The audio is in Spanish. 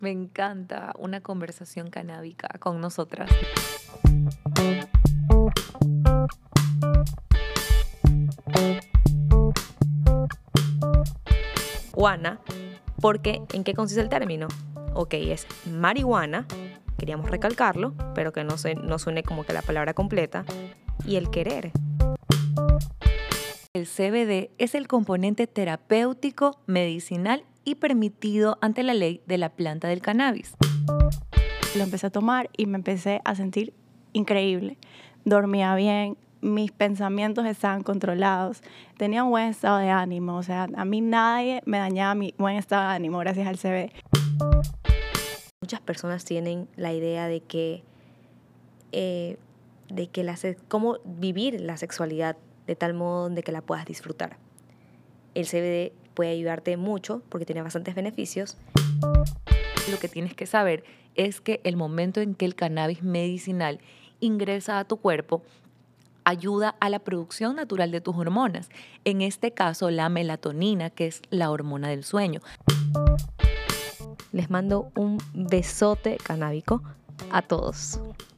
Me encanta una conversación canábica con nosotras. Guana, porque ¿en qué consiste el término? Ok, es marihuana, queríamos recalcarlo, pero que no suene como que la palabra completa, y el querer. El CBD es el componente terapéutico, medicinal y permitido ante la ley de la planta del cannabis. Lo empecé a tomar y me empecé a sentir increíble. Dormía bien, mis pensamientos estaban controlados, tenía un buen estado de ánimo. O sea, a mí nadie me dañaba mi buen estado de ánimo gracias al CBD. Muchas personas tienen la idea de que cómo vivir la sexualidad de tal modo de que la puedas disfrutar. El CBD puede ayudarte mucho porque tiene bastantes beneficios. Lo que tienes que saber es que el momento en que el cannabis medicinal ingresa a tu cuerpo, ayuda a la producción natural de tus hormonas. En este caso, la melatonina, que es la hormona del sueño. Les mando un besote canábico a todos.